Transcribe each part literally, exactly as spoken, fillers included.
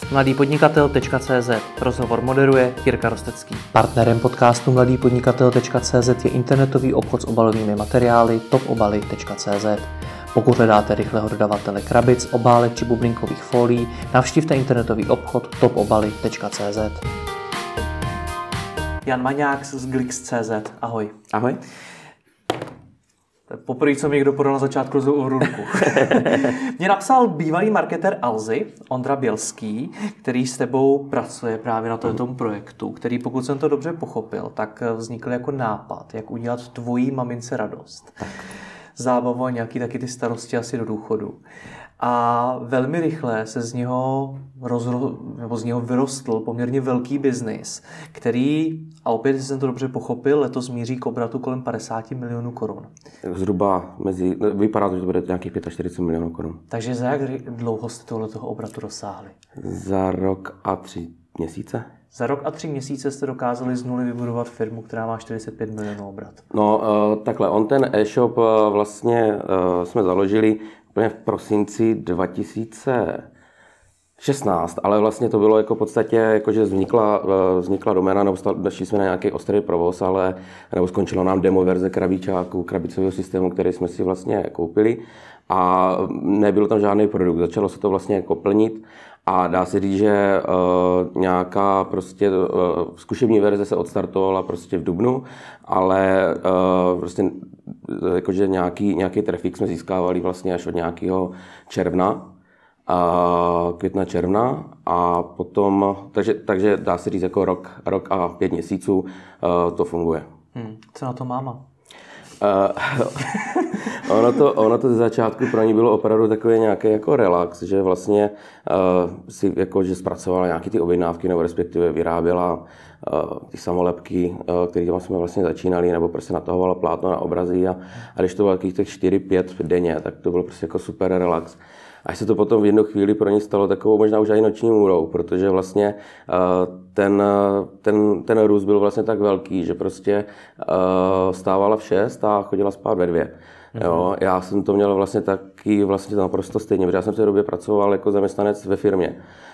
mladý podnikatel tečka cé zet. Rozhovor moderuje Jirka Rostecký. Partnerem podcastu mladý podnikatel tečka cé zet je internetový obchod s obalovými materiály top obaly tečka cé zet. Pokud hledáte rychlého dodavatele krabic, obálek či bublinkových fólií, navštivte internetový obchod top obaly tečka cé zet. Jan Maňák z Glix tečka cé zet. Ahoj. Ahoj. Poprvé, co mi někdo podal na začátku z ruku. Mě napsal bývalý marketér Alzy, Ondra Bělský, který s tebou pracuje právě na tomto projektu, který, pokud jsem to dobře pochopil, tak vznikl jako nápad, jak udělat tvojí mamince radost. Zábavu a nějaký taky ty starosti asi do důchodu. A velmi rychle se z něho, rozro... nebo z něho vyrostl poměrně velký biznis, který, a opět, jestli jsem to dobře pochopil, letos míří k obratu kolem padesát milionů korun. Zhruba mezi, vypadá to, že to bude nějakých čtyřicet pět milionů korun. Takže za jak dlouho jste tohletoho obratu dosáhli? Za rok a tři měsíce. Za rok a tři měsíce jste dokázali z nuly vybudovat firmu, která má čtyřicet pět milionů obrat. No takhle, on ten e-shop vlastně jsme založili úplně v prosinci dva tisíce šestnáct, ale vlastně to bylo jako v podstatě, jako že vznikla, vznikla doména, nebo šli jsme na nějaký ostrý provoz, ale nebo skončilo nám demo verze krabičáku, krabicového systému, který jsme si vlastně koupili a nebyl tam žádný produkt. Začalo se to vlastně jako plnit a dá se říct, že uh, nějaká prostě uh, zkušební verze se odstartovala prostě v dubnu, ale uh, prostě jakože nějaký, nějaký trafik jsme získávali vlastně až od nějakého června. Uh, května, června a potom, takže, takže dá se říct jako rok, rok a pět měsíců uh, to funguje. Hmm. Co na to máma? Uh, ono, to, ono to ze začátku pro ní bylo opravdu takový nějaký jako relax, že vlastně uh, si jako, že zpracovala nějaký ty objednávky nebo respektive vyráběla uh, ty samolepky, uh, kterými jsme vlastně začínali, nebo prostě natahovala plátno na obrazy a, a když to bylo takových těch čtyři pět denně, tak to bylo prostě jako super relax. Až se to potom v jednu chvíli pro ní stalo takovou možná už i noční můrou, protože vlastně ten, ten, ten růst byl vlastně tak velký, že prostě stávala v šest a chodila spát ve dvě. Mm-hmm. Jo, já jsem to měl vlastně taky vlastně naprosto stejně, protože já jsem v té době pracoval jako zaměstnanec ve firmě,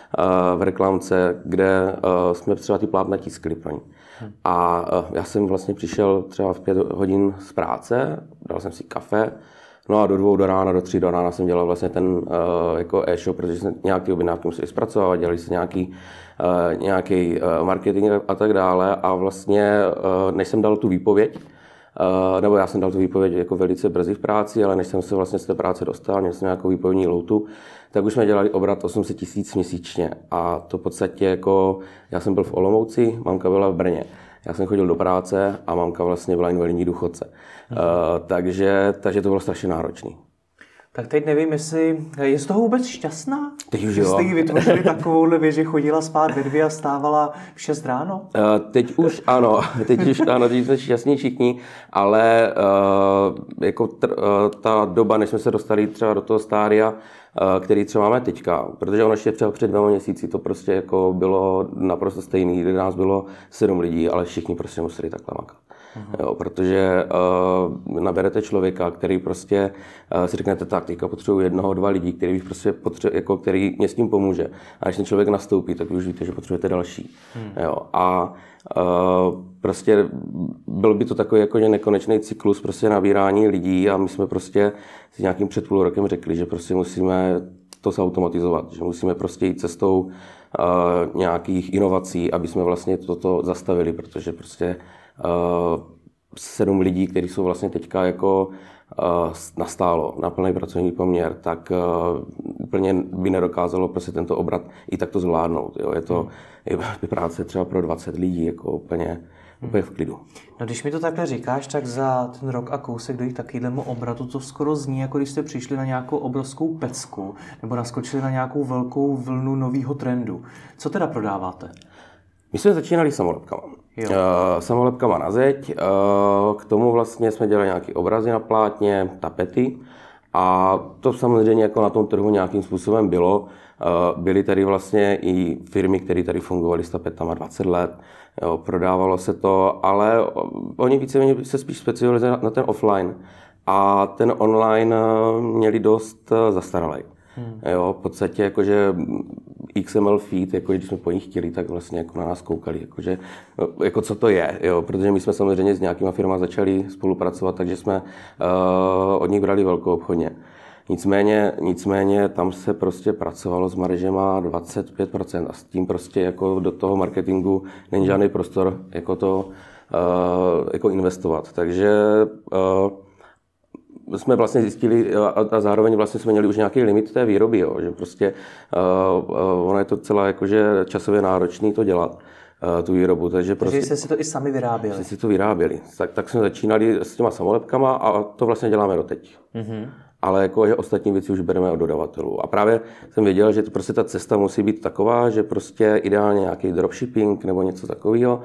v reklamce, kde jsme třeba ty plátna tiskli pro ní. Mm. A já jsem vlastně přišel třeba v pět hodin z práce, dal jsem si kafe, no a do dvou do rána, do tří do rána jsem dělal vlastně ten uh, jako e-shop, protože jsem nějaký objednávky museli zpracovat, dělali se nějaký, uh, nějaký uh, marketing a tak dále a vlastně uh, než jsem dal tu výpověď, uh, nebo já jsem dal tu výpověď jako velice brzy v práci, ale než jsem se vlastně z té práce dostal, měl jsem nějakou výpovědní loutu, tak už jsme dělali obrat osm set tisíc měsíčně a to v podstatě jako, já jsem byl v Olomouci, mamka byla v Brně. Já jsem chodil do práce a mamka vlastně byla invalidní důchodce. Hmm. Uh, takže, takže to bylo strašně náročný. Tak teď nevím, jestli je z toho vůbec šťastná? Teď už že jo. Jste jí vytvořili takovouhle věc, že chodila spát ve dvě a stávala v šest ráno? Uh, teď už ano, teď už ano, teď jsme šťastní všichni, ale uh, jako tr, uh, ta doba, než jsme se dostali třeba do toho stádia, který třeba máme teďka, protože ono ještě třeba před dvěma měsíci to prostě jako bylo naprosto stejný, kdy nás bylo sedm lidí, ale všichni prostě museli takhle makat. Uh-huh. Jo, protože uh, naberete člověka, který prostě uh, si řeknete tak, teďka potřebuji jednoho, dva lidi, který bych prostě potře- jako, který mě s tím pomůže. A když ten člověk nastoupí, tak už víte, že potřebujete další. Uh-huh. Jo, a uh, prostě byl by to takový jako nekonečný cyklus prostě nabírání lidí a my jsme prostě s nějakým před půl rokem řekli, že prostě musíme to zautomatizovat, že musíme prostě jít cestou uh, nějakých inovací, aby jsme vlastně toto zastavili, protože prostě uh, sedm lidí, kteří jsou vlastně teďka jako uh, nastálo na plný pracovní poměr, tak uh, úplně by nedokázalo prostě tento obrat i takto zvládnout. Jo. Je to je práce třeba pro dvacet lidí, jako úplně úplně v klidu. No když mi to takhle říkáš, tak za ten rok a kousek dojít takovýhlemu obratu to skoro zní, jako když jste přišli na nějakou obrovskou pecku nebo naskočili na nějakou velkou vlnu nového trendu. Co teda prodáváte? My jsme začínali samolepkama. Uh, samolepkama na zeď, uh, k tomu vlastně jsme dělali nějaké obrazy na plátně, tapety a to samozřejmě jako na tom trhu nějakým způsobem bylo. Uh, byly tady vlastně i firmy, které tady fungovaly s tapetama dvacet let, jo, prodávalo se to, ale oni víceméně se spíš specializovali na ten offline a ten online měli dost zastaralý. Hmm. Jo, v podstatě jakože X M L feed, jako když jsme po nich chtěli, tak vlastně jako na nás koukali, jakože, jako co to je, jo, protože my jsme samozřejmě s nějakýma firmama začali spolupracovat, takže jsme uh, od nich brali velkoobchodně. Nicméně, nicméně tam se prostě pracovalo s maržema dvacet pět procent a s tím prostě jako do toho marketingu není žádný prostor jako to uh, jako investovat. Takže uh, jsme vlastně zjistili a, a zároveň vlastně jsme měli už nějaký limit té výroby, jo, že prostě uh, uh, ono je to celá jakože časově náročný to dělat. Tu výrobu. Takže, takže prostě, jste si to i sami vyráběli? Jste si to vyráběli. Tak, tak jsme začínali s těma samolepkama a to vlastně děláme doteď. Mm-hmm. Ale jako, že ostatní věci už bereme od dodavatelů. A právě jsem věděl, že to prostě ta cesta musí být taková, že prostě ideálně nějaký dropshipping nebo něco takového.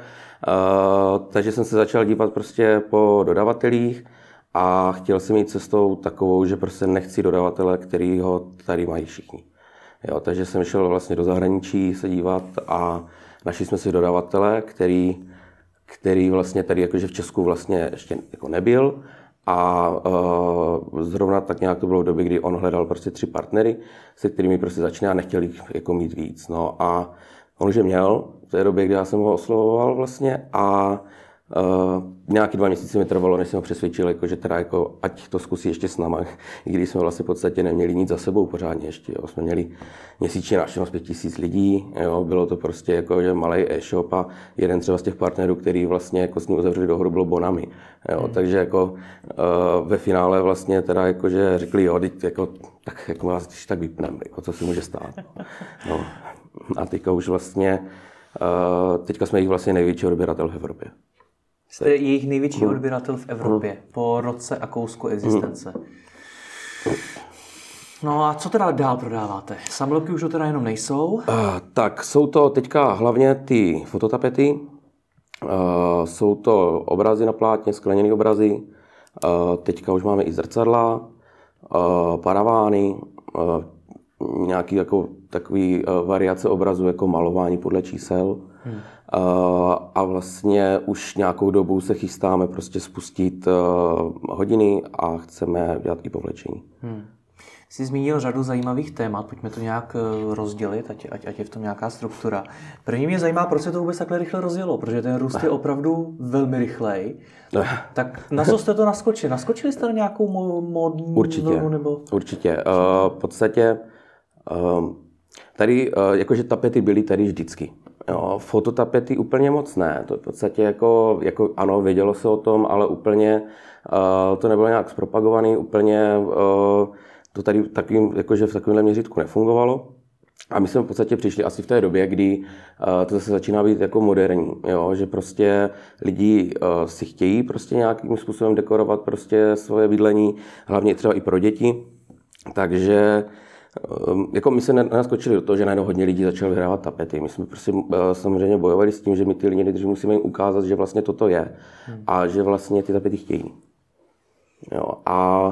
Uh, takže jsem se začal dívat prostě po dodavatelích a chtěl jsem jít cestou takovou, že prostě nechci dodavatele, který ho tady mají všichni. Jo, takže jsem šel vlastně do zahraničí se dívat a našli jsme si dodavatele, který, který vlastně tady jakože v Česku vlastně ještě jako nebyl. A uh, zrovna tak nějak to bylo v době, kdy on hledal prostě tři partnery, se kterými prostě začne a nechtěl jich jako mít víc. No a on už je měl v té době, kdy já jsem ho oslovoval vlastně a uh, nějaký dva měsíce mi trvalo, než jsem ho přesvědčil, jako, že teda jako, ať to zkusí ještě s náma, i když jsme vlastně v podstatě neměli nic za sebou pořádně ještě. Jo. Jsme měli měsíční návštěvnost pět tisíc lidí, jo. Bylo to prostě jako, že malý e-shop a jeden třeba z těch partnerů, který vlastně jako s ním uzavřeli dohodu, bylo Bonami. Jo. Hmm. Takže jako uh, ve finále vlastně teda jako, že řekli, jo, teď jako, tak jako vás když tak vypneme, jako, co si může stát. No. A teďka už vlastně, uh, teďka jsme jich vlastně největší odběratel v Evropě. Jste jejich největší hmm. odběratel v Evropě hmm. po roce a kousku existence. Hmm. No a co teda dál prodáváte? Samolepky už to teda jenom nejsou? Uh, tak jsou to teďka hlavně ty fototapety, uh, jsou to obrazy na plátně, skleněné obrazy, uh, teďka už máme i zrcadla, uh, paravány, uh, nějaký jako takový uh, variace obrazu jako malování podle čísel. Hmm. Uh, a vlastně už nějakou dobu se chystáme prostě spustit uh, hodiny a chceme dělat i povlečení. Hmm. Jsi zmínil řadu zajímavých témat, pojďme to nějak rozdělit, ať, ať, ať je v tom nějaká struktura. První mě zajímá, proč se to vůbec takhle rychle rozjelo, protože ten růst je opravdu velmi rychlej. Tak na co jste to naskočili? Naskočili jste na nějakou módní vlnu? Nebo... Určitě. Uh, v podstatě uh, tady, uh, jakože tapety byly tady vždycky. Jo, fototapety úplně moc ne. To v podstatě jako, jako ano, vědělo se o tom, ale úplně uh, to nebylo nějak zpropagovaný, úplně uh, to tady takovým, jakože v takovémhle měřítku nefungovalo. A my jsme v podstatě přišli asi v té době, kdy uh, to zase začíná být jako moderní, jo? Že prostě lidi uh, si chtějí prostě nějakým způsobem dekorovat prostě svoje bydlení, hlavně třeba i pro děti. Takže um, jako my se nenaskočili do toho, že najednou hodně lidí začalo vyhrávat tapety. My jsme prostě uh, samozřejmě bojovali s tím, že my ty lidi musíme jim ukázat, že vlastně toto je hmm. a že vlastně ty tapety chtějí. Jo? A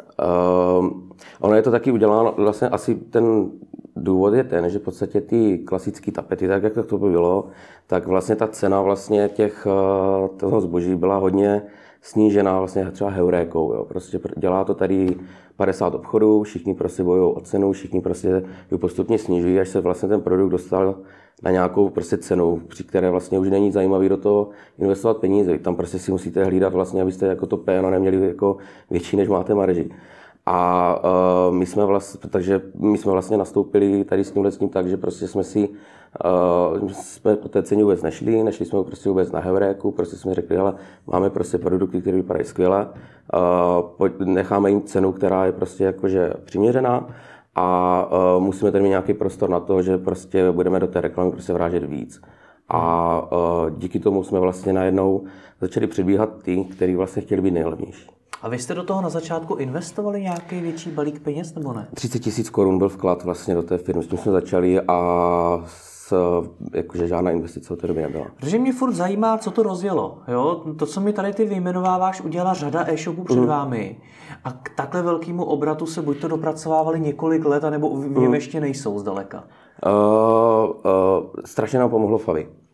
Um, ono je to taky uděláno, vlastně asi ten důvod je ten, že v podstatě ty klasické tapety, tak jak to bylo, tak vlastně ta cena vlastně těch, toho zboží byla hodně snížená vlastně třeba heurékou. Jo. Prostě dělá to tady padesát obchodů, všichni prostě bojují o cenu, všichni prostě ji postupně snižují, až se vlastně ten produkt dostal na nějakou prostě cenu, při které vlastně už není zajímavý do toho investovat peníze. Tam prostě si musíte hlídat vlastně, abyste jako to P N neměli jako větší, než máte marži. A uh, my jsme vlastně, takže my jsme vlastně nastoupili tady s tímhle s tím tak, že prostě jsme si uh, jsme po té ceně vůbec nešli, nešli jsme prostě vůbec na heuréku, prostě jsme řekli, ale máme prostě produkty, které vypadají skvěle, uh, necháme jim cenu, která je prostě jakože přiměřená a uh, musíme tady mít nějaký prostor na to, že prostě budeme do té reklamy prostě vrážet víc. A uh, díky tomu jsme vlastně najednou začali předbíhat ty, kteří vlastně chtěli být nejlevnější. A vy jste do toho na začátku investovali nějaký větší balík peněz, nebo ne? třicet tisíc korun byl vklad vlastně do té firmy, s tím jsme začali a s, jakože žádná investice od té doby nebyla. Protože mě furt zajímá, co to rozjelo. Jo? To, co mi tady ty vyjmenováváš, udělala řada e-shopů před mm. vámi. A k takhle velkému obratu se buď to dopracovávali několik let, anebo v něm mm. ještě nejsou zdaleka. Uh, uh, strašně nám pomohlo Favi.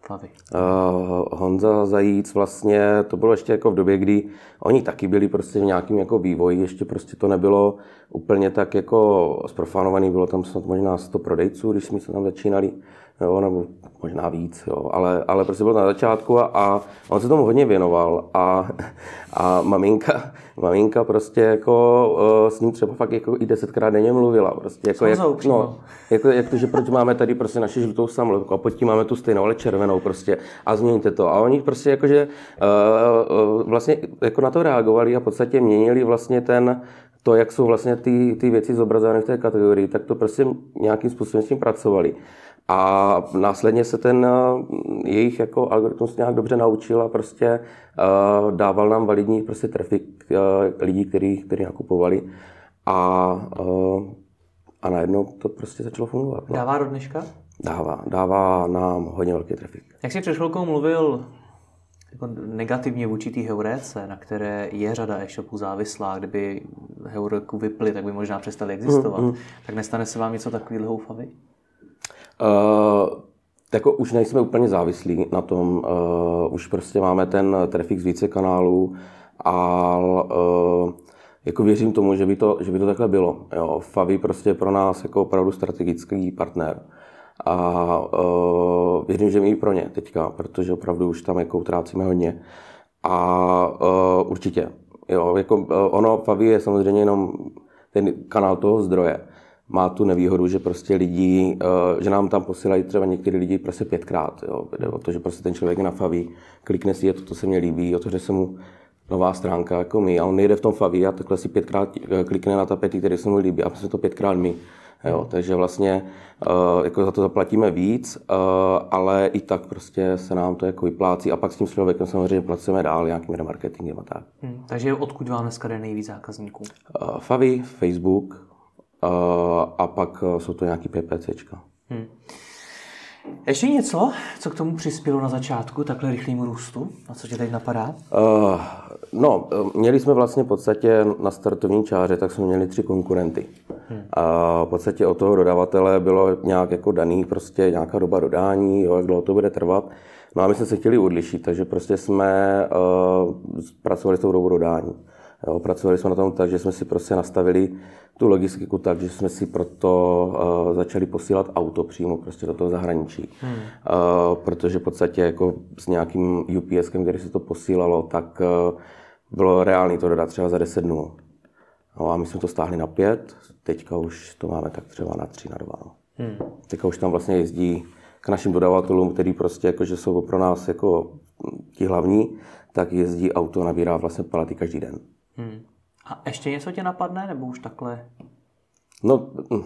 Favy? Uh, Honza Zajíc vlastně, to bylo ještě jako v době, kdy oni taky byli prostě v nějakém jako vývoji, ještě prostě to nebylo úplně tak jako zprofanovaný, bylo tam snad možná sto prodejců, když jsme se tam začínali, jo, nebo možná víc, jo, ale, ale prostě bylo to na začátku a, a on se tomu hodně věnoval a, a maminka, maminka prostě jako uh, s ním třeba fakt jako i desetkrát denně mluvila, prostě jako, jak, no, jako, jak to, že proč máme tady prostě naši žlutou samolepku a pod tím máme tu stejnou, ale červenou prostě a změníte to a oni prostě jakože uh, uh, vlastně jako na to reagovali a v podstatě měnili vlastně ten to, jak jsou vlastně ty, ty věci zobrazovány v té kategorii, tak to prostě nějakým způsobem s tím pracovali. A následně se ten jejich jako algoritmus nějak dobře naučil a prostě uh, dával nám validní prostě trafik uh, lidí, kteří, kteří nakupovali. A, uh, a najednou to prostě začalo fungovat. No. Dává do dneška? Dává. Dává nám hodně velký trafik. Jak jsi před chvilkou mluvil jako negativně vůči té heuréce, na které je řada e-shopů závislá, kdyby heuréku vyply, tak by možná přestali existovat. Mm, mm. Tak nestane se vám něco takového u Favy? Uh, jako už nejsme úplně závislí na tom, uh, už prostě máme ten trafik z více kanálů a uh, jako věřím tomu, že by to, že by to takhle bylo. Jo, Favy prostě je pro nás jako opravdu strategický partner a uh, věřím, že my i pro ně teďka, protože opravdu už tam jako utrácíme hodně a uh, určitě. Jo, jako uh, ono, Favy je samozřejmě jenom ten kanál toho zdroje. Má tu nevýhodu, že prostě lidi, že nám tam posílají třeba některý lidi prostě pětkrát. Jo. Jde o to, že prostě ten člověk je na Favy, klikne si, je to, to se mně líbí, otevře se mu nová stránka jako my a on nejde v tom Favy a takhle si pětkrát klikne na tapety, které se mu líbí a prostě to pětkrát my. Jo. Takže vlastně jako za to zaplatíme víc, ale i tak prostě se nám to jako vyplácí a pak s tím člověkem samozřejmě pracujeme dál nějakým remarketingem a tak. Hmm, takže odkud vám dneska jde nejvíc zákazníků? Favy, Facebook, Uh, a pak uh, jsou to nějaký PPCčka. Hmm. Ještě něco, co k tomu přispělo na začátku, takhle rychlému růstu? A co tě teď napadá? Uh, no, měli jsme vlastně v podstatě na startovní čáře, tak jsme měli tři konkurenty. Hmm. A v podstatě od toho dodavatele bylo nějak jako daný prostě nějaká doba dodání, jo, jak dlouho to bude trvat. No a my jsme se chtěli odlišit, takže prostě jsme uh, pracovali s tou dobou dodání. Jo, pracovali jsme na tom tak, že jsme si prostě nastavili tu logistiku tak, že jsme si proto uh, začali posílat auto přímo prostě do toho zahraničí. Hmm. Uh, protože v podstatě jako s nějakým UPSkem, který se to posílalo, tak uh, bylo reálné to dodat třeba za deset dnů. No a my jsme to stáhli na pět, teďka už to máme tak třeba na tři, na dva. No. Hmm. Teďka už tam vlastně jezdí k našim dodavatelům, který prostě jakože jsou pro nás jako ti hlavní, tak jezdí auto, nabírá vlastně palety každý den. Hmm. A ještě něco tě napadne, nebo už takhle? No,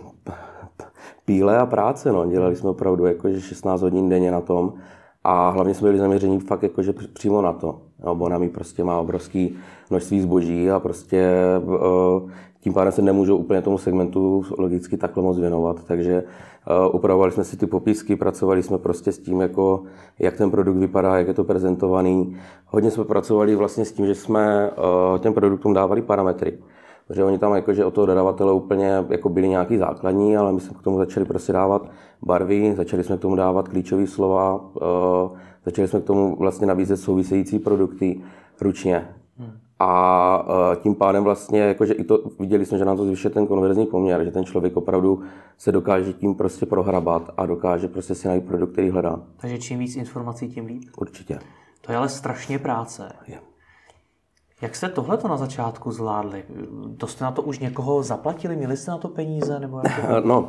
píle a práce, no. Dělali jsme opravdu jakože šestnáct hodin denně na tom a hlavně jsme byli zaměření fakt jakože přímo na to. No, Bonami prostě má obrovské množství zboží a prostě tím pádem se nemůžou úplně tomu segmentu logicky takhle moc věnovat, takže upravovali jsme si ty popisky, pracovali jsme prostě s tím, jako, jak ten produkt vypadá, jak je to prezentovaný. Hodně jsme pracovali vlastně s tím, že jsme těm produktům dávali parametry. Protože oni tam jakože od toho dodavatele úplně jako byli nějaký základní, ale my jsme k tomu začali prostě dávat barvy, začali jsme k tomu dávat klíčové slova, začali jsme k tomu vlastně nabízet související produkty ručně. Hmm. A tím pádem vlastně, jakože i to viděli jsme, že nám to zvyšuje ten konverzní poměr, že ten člověk opravdu se dokáže tím prostě prohrabat a dokáže prostě si najít produkt, který hledá. Takže čím víc informací, tím líp? Určitě. To je ale strašně práce. Je. Jak jste tohleto na začátku zvládli? To jste na to už někoho zaplatili? Měli jste na to peníze? Nebo jak? No,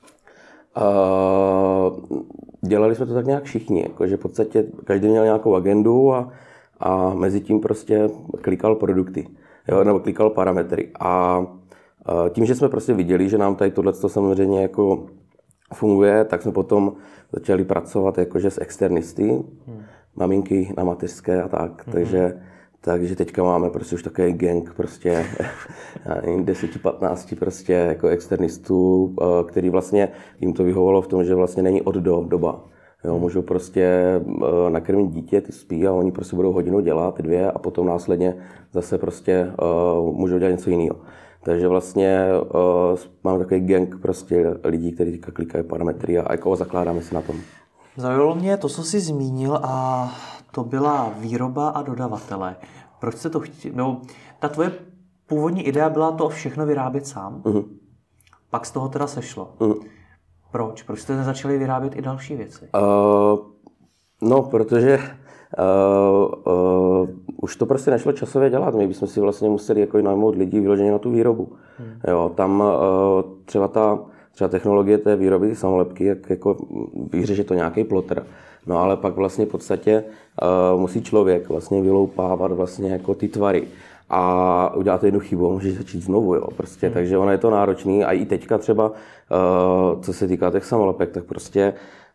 uh, dělali jsme to tak nějak všichni, jakože v podstatě každý měl nějakou agendu a a mezi tím prostě klikal produkty, jo, nebo klikal parametry. A tím, že jsme prostě viděli, že nám tady tohleto samozřejmě jako funguje, tak jsme potom začali pracovat jakože s externisty, hmm. maminky na mateřské a tak. Hmm. Takže, takže teďka máme prostě už takový gang prostě deset patnáct prostě jako externistů, který vlastně jim to vyhovovalo v tom, že vlastně není od do doba. Jo, můžou prostě uh, nakrmit dítě, ty spí a oni prostě budou hodinu dělat, ty dvě a potom následně zase prostě uh, můžou dělat něco jiného. Takže vlastně uh, máme takový gang prostě lidí, kteří klikají parametry a jako zakládáme se na tom. Zaujalo mě to, co jsi zmínil, a to byla výroba a dodavatele. Proč jste to chtěli? No, ta tvoje původní idea byla to všechno vyrábět sám, uh-huh. pak z toho teda sešlo. Uh-huh. Proč? Proč jste nezačali vyrábět i další věci? Uh, no, protože uh, uh, už to prostě nešlo časově dělat. My bychom si vlastně museli jako najmout lidi vyloženě na tu výrobu. Hmm. Jo, tam uh, třeba ta třeba technologie té výroby, ty samolepky, jak jako vyřeší to nějaký plotter. No ale pak vlastně v podstatě uh, musí člověk vlastně vyloupávat vlastně jako ty tvary. A uděláte jednu chybu, můžeš začít znovu, jo, prostě, hmm. takže ono je to náročný a i teďka třeba, uh, co se týká těch samolepek, tak prostě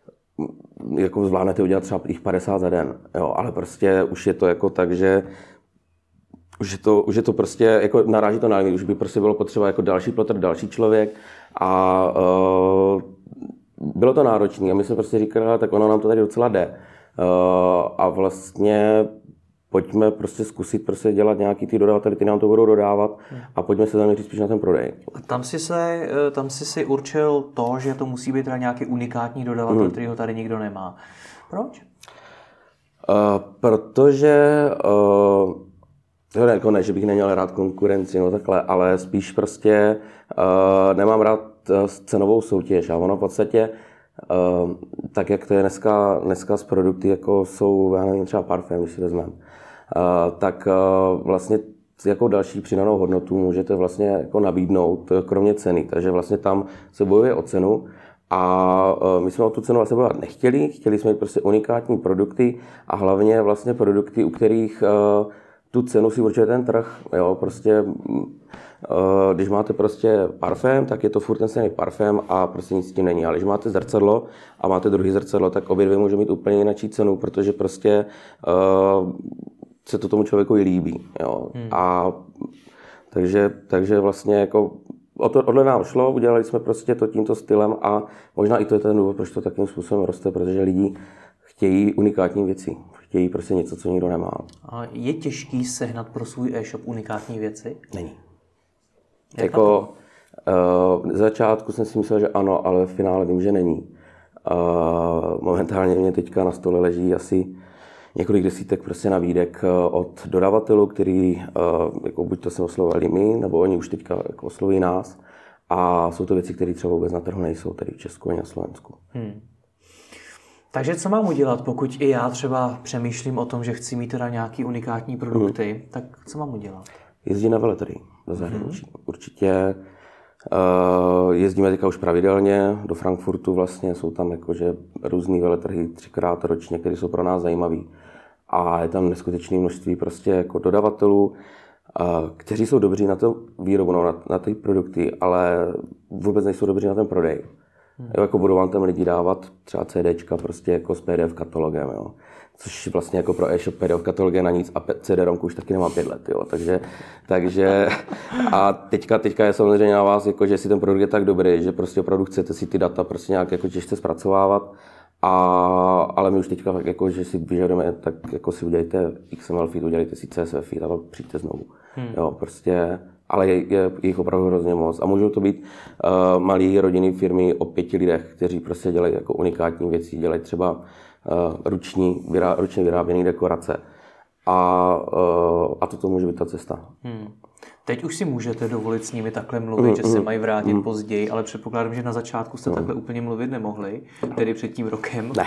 jako zvládnete udělat třeba jich padesát za den, jo, ale prostě už je to jako tak, že už je to, už je to prostě, jako naráží to na limit, už by prostě bylo potřeba jako další plotter, další člověk a uh, bylo to náročné a my jsme prostě říkali, tak ono nám to tady docela jde uh, a vlastně pojďme prostě zkusit prostě dělat nějaký ty dodavatele, ty nám to budou dodávat a pojďme se zaměřit spíš na ten prodej. A tam si se, tam si si určil to, že to musí být teda nějaký unikátní dodavatel, hmm. který ho tady nikdo nemá. Proč? Uh, protože, uh, to ne, jako ne, že bych neměl rád konkurenci, no takhle, ale spíš prostě uh, nemám rád cenovou soutěž a ono v podstatě Uh, tak jak to je dneska, dneska z produkty, jako jsou, já nevím, třeba parfém, když si vezmeme, uh, tak uh, vlastně jako další přidanou hodnotu můžete vlastně jako nabídnout, kromě ceny. Takže vlastně tam se bojuje o cenu a uh, my jsme o tu cenu vlastně bojovat nechtěli, chtěli jsme mít prostě unikátní produkty a hlavně vlastně produkty, u kterých uh, tu cenu si určuje ten trh, jo, prostě když máte prostě parfém, tak je to furt ten stejný parfém a prostě nic s tím není. Ale když máte zrcadlo a máte druhý zrcadlo, tak obě dvě může mít úplně jinou cenu, protože prostě uh, se to tomu člověku i líbí. Jo. Hmm. A takže, takže vlastně jako o to, odle nám šlo, udělali jsme prostě to tímto stylem a možná i to je ten důvod, proč to takým způsobem roste, protože lidi chtějí unikátní věci. Chtějí prostě něco, co nikdo nemá. A je těžký sehnat pro svůj e-shop unikátní věci? Není. Jak jako uh, z začátku jsem si myslel, že ano, ale v finále vím, že není. Uh, momentálně mě teďka na stole leží asi několik desítek prostě nabídek od dodavatelů, který uh, jako buď to se oslovili my, nebo oni už teďka jako osloví nás. A jsou to věci, které třeba vůbec na trhu nejsou, tady v Česku a na Slovensku. Hmm. Takže co mám udělat, pokud i já třeba přemýšlím o tom, že chci mít teda nějaký unikátní produkty, hmm. tak co mám udělat? Jezdí na veletrhy do zahraničí. Hmm. Určitě uh, jezdíme teďka už pravidelně do Frankfurtu vlastně, jsou tam jakože různý veletrhy třikrát ročně, které jsou pro nás zajímavý. A je tam neskutečné množství prostě jako dodavatelů, uh, kteří jsou dobří na tu výrobu, no, na, na ty produkty, ale vůbec nejsou dobří na ten prodej. Hmm. Jo, jako budou vám tam lidi dávat třeba CDčka prostě jako s P D F katalogem, jo. Což vlastně jako pro e-shop P D F katalog je na nic a C D-romku už taky nemá pět let, jo. Takže, takže a teďka, teďka je samozřejmě na vás, jako, že si ten produkt je tak dobrý, že prostě opravdu chcete si ty data prostě nějak jako těžce zpracovávat. A, ale my už teďka, jako, že si vyžadujeme, tak jako si udělejte X M L feed, udělejte si C S V feed a pak přijďte znovu. Hmm. Jo, prostě, ale je, je jich opravdu hrozně moc. A můžou to být uh, malé rodinné firmy o pěti lidech, kteří prostě dělají jako unikátní věci, dělají třeba uh, ruční, vyrá, ručně vyráběné dekorace. A, uh, a toto může být ta cesta. Hmm. Teď už si můžete dovolit s nimi takhle mluvit, mm, že se mají vrátit mm. později, ale předpokládám, že na začátku jste mm. takhle úplně mluvit nemohli, tedy před tím rokem. Ne.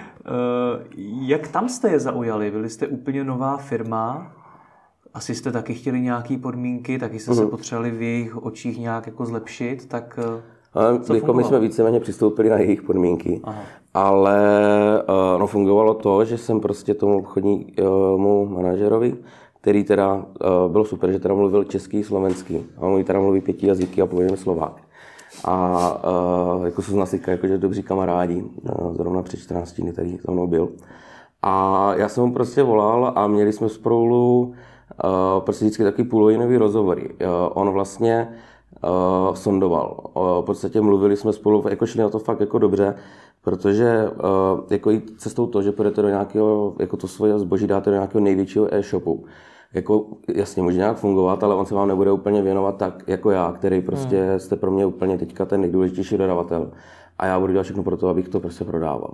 Jak tam jste je zaujali? Byli jste úplně nová firma? Asi jste taky chtěli nějaké podmínky, taky jste mm. se potřebovali v jejich očích nějak jako zlepšit, tak co jako my jsme víceméně přistoupili na jejich podmínky, Aha. ale no, fungovalo to, že jsem prostě tomu obchodnímu manažerovi, který teda uh, bylo super, že teda mluvil český, slovenský. A on teda mluví pěti jazyky a pověděl Slovák. A uh, jako jsou z nás teďka jakože dobří kamarádi, uh, zrovna před čtrnácti dny tady za mnou byl. A já jsem mu prostě volal a měli jsme spolu uh, prostě vždycky taky půlhodinový rozhovory. Uh, on vlastně uh, sondoval. Uh, v podstatě mluvili jsme spolu, jako šli na to fakt jako dobře, protože uh, jako jít cestou to, že půjdete do nějakého, jako to svoje zboží dáte do nějakého největšího e-shopu. Jako jasně může nějak fungovat, ale on se vám nebude úplně věnovat tak jako já, který prostě hmm. jste pro mě úplně teďka ten nejdůležitější dodavatel. A já budu dělat všechno pro to, abych to prostě prodával.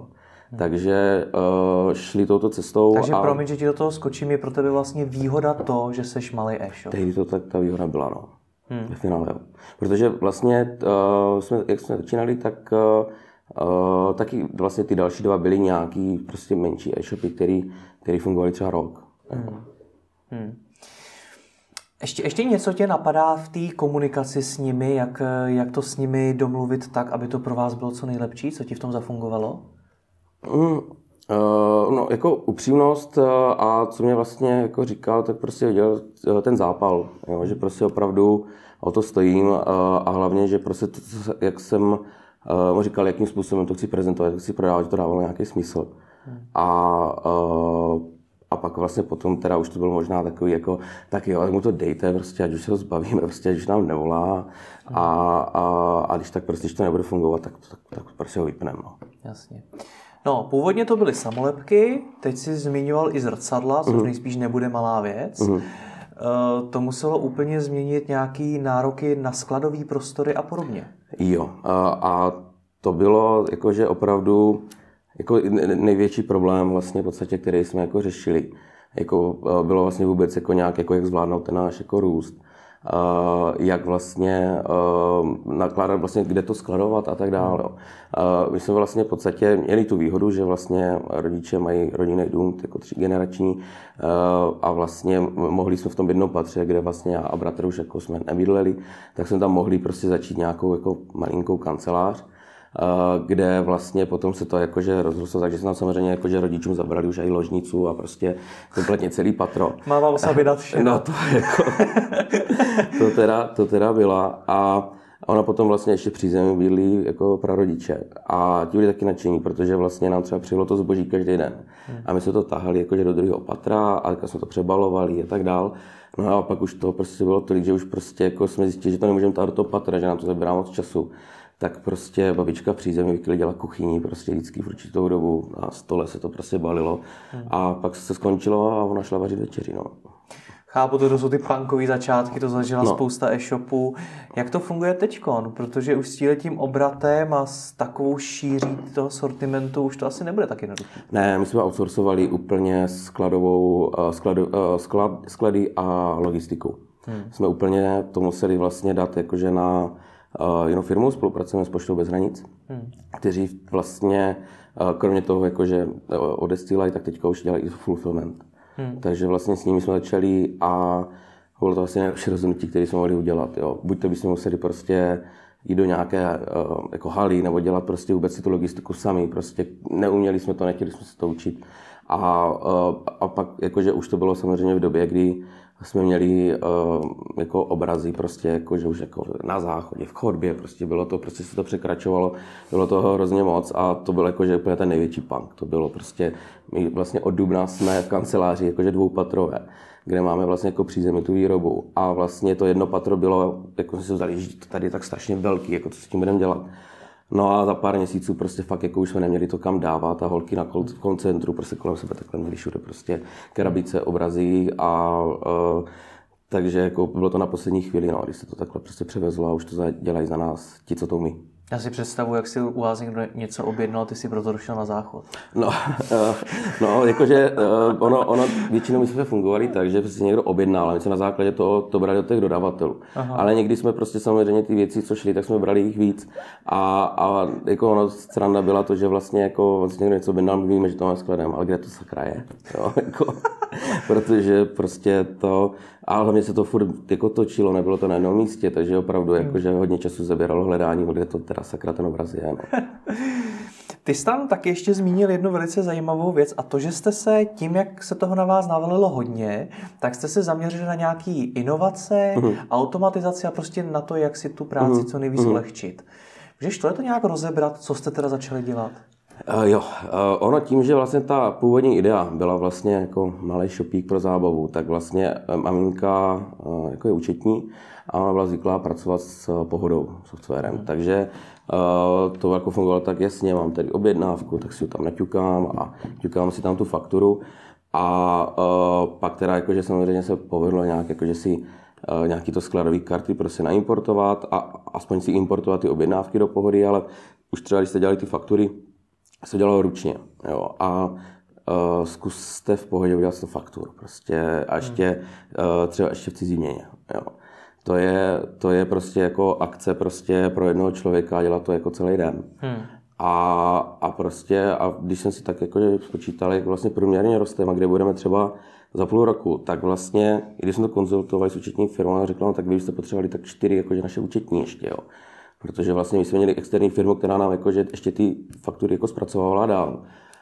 Hmm. Takže uh, šli touto cestou. Takže a... promiň, že ti do toho skočím, je pro tebe vlastně výhoda to, že seš malý e-shop. Tehdy to tak ta výhoda byla, no. Hmm. Ve finále, jo. Protože vlastně, uh, jsme, jak jsme začínali, tak uh, uh, taky vlastně ty další dva byly nějaký prostě menší e-shopy, který, který fungovaly třeba rok. Hmm. Hmm. Ještě, ještě něco tě napadá v té komunikaci s nimi, jak, jak to s nimi domluvit tak, aby to pro vás bylo co nejlepší? Co ti v tom zafungovalo? Mm, uh, no, jako upřímnost uh, a co mě vlastně jako říkal, tak prostě viděl uh, ten zápal, jo, že prostě opravdu o to stojím uh, a hlavně, že prostě to, jak jsem uh, mu říkal, jakým způsobem to chci prezentovat, jak chci prodávat, že to dávalo nějaký smysl. Hmm. A uh, A pak vlastně potom teda už to bylo možná takový jako, tak jo, tak mu to dejte prostě, ať už se ho zbavíme, prostě, ať už nám nevolá a, a, a když tak prostě, když to nebude fungovat, tak, tak, tak prostě ho vypneme. No. Jasně. No, původně to byly samolepky, teď si zmiňoval i zrcadla, což mm. nejspíš nebude malá věc. Mm. Uh, to muselo úplně změnit nějaký nároky na skladový prostory a podobně. Jo, uh, a to bylo jakože opravdu jako největší problém vlastně v podstatě, který jsme jako řešili. Jako bylo vlastně vůbec jako nějak, jako jak zvládnout ten náš jako růst. Uh, jak vlastně uh, nakládat, vlastně kde to skladovat a tak dále. Uh, my jsme vlastně v podstatě měli tu výhodu, že vlastně rodiče mají rodinný dům, jako třígenerační uh, a vlastně mohli jsme v tom jednom patře, kde vlastně já a bratr už jako jsme nebydleli, tak jsme tam mohli prostě začít nějakou jako malinkou kancelář, kde vlastně potom se to jakože rozrostlo, takže jsme tam samozřejmě jakože rodičům zabrali už i ložnicu a prostě kompletně celý patro. Máma musela vydat vše. No to jako, to teda, to teda byla a ona potom vlastně ještě při zemi bydlí jako prarodiče a ti byli taky nadšení, protože vlastně nám třeba přijelo to zboží každý den a my jsme to tahali jakože do druhého patra a tak jsme to přebalovali a tak dál. No a pak už to prostě bylo tolik, že už prostě jako jsme zjistili, že to nemůžeme tahat do toho patra, že nám to zabírá moc času. Tak prostě babička při zemi vyklidila kuchyni prostě vždycky v určitou dobu, na stole se to prostě balilo hmm. a pak se skončilo a ona šla vařit večeři, no. Chápu, to jsou ty punkový začátky, to zažila no. spousta e-shopů. Jak to funguje teďkon? Protože už s tím obratem a s takovou šíří toho sortimentu už to asi nebude tak jednoduché. Ne, my jsme outsourcovali úplně skladovou, skladu, sklad, sklady a logistiku. Hmm. Jsme úplně to museli vlastně dát jakože na Uh, jinou firmu, spolupracujeme s Poštou bez hranic, hmm. kteří vlastně, uh, kromě toho, jakože uh, odesílají, tak teďka už dělají i fulfillment. Hmm. Takže vlastně s nimi jsme začali a bylo to vlastně nejlepší rozhodnutí, které jsme mohli udělat. Jo. Buď to bychom museli prostě jít do nějaké uh, jako haly, nebo dělat prostě vůbec si tu logistiku sami. Prostě neuměli jsme to, nechtěli jsme se to učit. A, uh, a pak jakože už to bylo samozřejmě v době, kdy jsme měli uh, jako obrazy prostě jako, že už jako na záchodě, v chodbě, prostě bylo to, prostě se to překračovalo, bylo toho hrozně moc a to bylo jako, že úplně ten největší punk. To bylo prostě, my vlastně od dubna jsme v kanceláři jakože dvoupatrové, kde máme vlastně jako přízemí tu výrobu a vlastně to jedno patro bylo, jako jsme si vzali, že tady je tak strašně velký, jako co s tím budeme dělat. No a za pár měsíců prostě fakt jako už jsme neměli to kam dávat a holky na koncentru prostě kolem sebe takhle měli všude prostě krabice, obrazy a uh, takže jako bylo to na poslední chvíli, no, když se to takhle prostě převezlo a už to dělají za nás ti, co to umí. Já si představuji, jak si u vás někdo něco objednal, ty si proto došel na záchod. No, uh, no jakože uh, ono, ono, většinou my jsme fungovali tak, že si někdo objednal, ale my jsme na základě toho to brali od těch dodavatelů. Aha. Ale někdy jsme prostě samozřejmě ty věci, co šly, tak jsme brali jich víc. A, a jako ono sranda byla to, že vlastně jako vlastně někdo něco objednal, my víme, že to máme skladem, ale kde to sakra je? Jo, jako, protože prostě to, a hlavně se to furt jako točilo, nebylo to na jednom místě, takže opravdu hmm. jakože hodně času zabíralo hledání, kde to teda sakra ten obraz je. No. Ty jsi tam taky ještě zmínil jednu velice zajímavou věc a to, že jste se tím, jak se toho na vás navalilo hodně, tak jste se zaměřili na nějaký inovace, hmm. automatizaci a prostě na to, jak si tu práci hmm. co nejvíc hmm. ulehčit. Můžeš to nějak rozebrat, co jste teda začali dělat? Uh, jo, uh, ono tím, že vlastně ta původní idea byla vlastně jako malý shopík pro zábavu, tak vlastně uh, maminka uh, jako je účetní a ona byla zvyklá pracovat s uh, Pohodou softwarem, hmm. takže uh, to jako fungovalo tak jasně, mám tady objednávku, tak si ji tam naťukám a ťukám si tam tu fakturu a uh, pak teda jakože samozřejmě se povedlo nějak, jakože si uh, nějaký to skladový karty prostě naimportovat a aspoň si importovat ty objednávky do Pohody, ale už třeba když jste dělali ty faktury, se dělalo ručně. Jo. A uh, zkuste v pohodě udělat to faktur. Prostě a ještě hmm. uh, třeba ještě v cizí měně. Jo. To je, to je prostě jako akce prostě pro jednoho člověka a dělat to jako celý den. Hmm. A, a prostě, a když jsem si tak jako spočítal, jak vlastně průměrně rosteme a kde budeme třeba za půl roku, tak vlastně, když jsme to konzultovali s účetní firmou, a řekla, no, tak vy byste potřebovali tak čtyři jakože naše účetní ještě, jo. Protože vlastně my jsme měli externí firmu, která nám jakože ještě ty faktury jako zpracovala dál.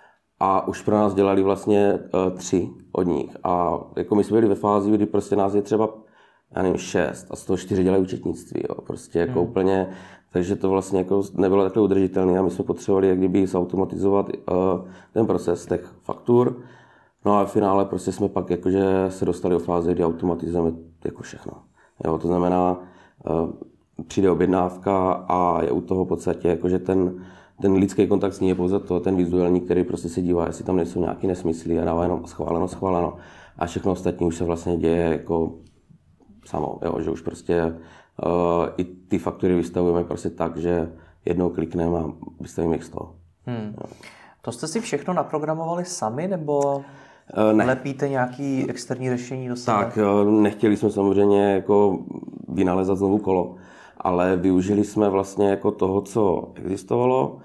A už pro nás dělali vlastně uh, tři od nich. A jako my jsme byli ve fázi, kdy prostě nás je třeba, já nevím, šest a z toho čtyři dělají účetnictví, jo. Prostě jako hmm. úplně, takže to vlastně jako nebylo takhle udržitelné a my jsme potřebovali jak kdyby zautomatizovat uh, ten proces těch faktur. No a v finále prostě jsme pak jakože se dostali do fáze, kdy automatizujeme jako všechno. Jo, to znamená, uh, přijde objednávka a je u toho v podstatě jakože ten, ten lidský kontakt s ní je pouze to, ten vizuální, který prostě se dívá, jestli tam nejsou nějaký nesmysly a dává jenom schváleno, schváleno. A všechno ostatní už se vlastně děje jako samo, jo, že už prostě uh, i ty faktury vystavujeme prostě tak, že jednou klikneme a vystavíme jich z toho. Hmm. To jste si všechno naprogramovali sami, nebo ne. lepíte nějaké externí řešení do sebe? Tak, nechtěli jsme samozřejmě jako vynalezat znovu kolo, ale využili jsme vlastně jako toho, co existovalo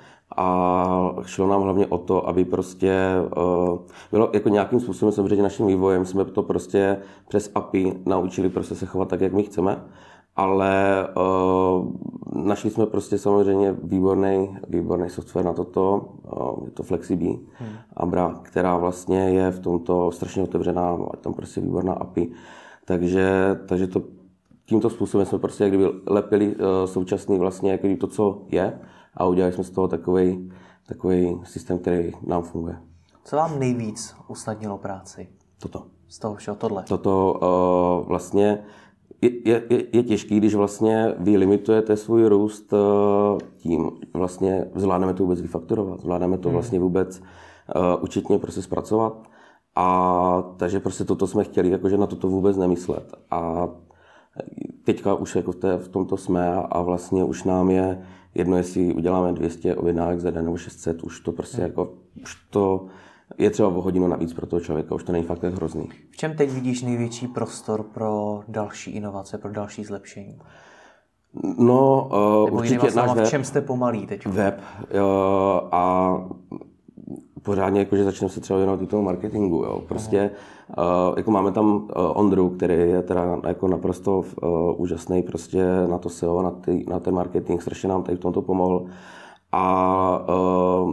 a šlo nám hlavně o to, aby prostě uh, bylo jako nějakým způsobem samozřejmě naším vývojem jsme to prostě přes A P I naučili prostě se chovat tak, jak my chceme, ale uh, našli jsme prostě samozřejmě výborný, výborný software na toto, uh, je to FlexiBee, hmm. Abra, která vlastně je v tomto strašně otevřená, má tam prostě výborná A P I, takže, takže to tímto způsobem jsme prostě jak kdyby lepili uh, současný vlastně jak kdyby to, co je a udělali jsme z toho takový takový systém, který nám funguje. Co vám nejvíc usnadnilo práci? Toto. Z toho všeho tohle? Toto uh, vlastně je, je, je těžký, když vlastně vy limitujete svůj růst uh, tím, vlastně zvládneme to vůbec vyfakturovat, zvládneme to hmm. vlastně vůbec uh, účetně prostě zpracovat a takže prostě toto jsme chtěli, jakože na toto vůbec nemyslet a teďka už jako v, té, v tomto jsme a vlastně už nám je jedno, jestli uděláme dvě stě objednávek za den nebo šest set, už to prostě hmm. jako, už to je třeba o hodinu navíc pro toho člověka, už to není fakt tak hrozný. V čem teď vidíš největší prostor pro další inovace, pro další zlepšení? No, uh, určitě náš web. V čem jste pomalí teď? Web uh, a pořádně jakože začneme se třeba věnovat i tomu marketingu, jo. Prostě uh, jako máme tam uh, Ondru, který je teda jako naprosto uh, úžasný prostě na to S E O, na, ty, na ten marketing, strašně nám tady v tomto pomohl. A uh,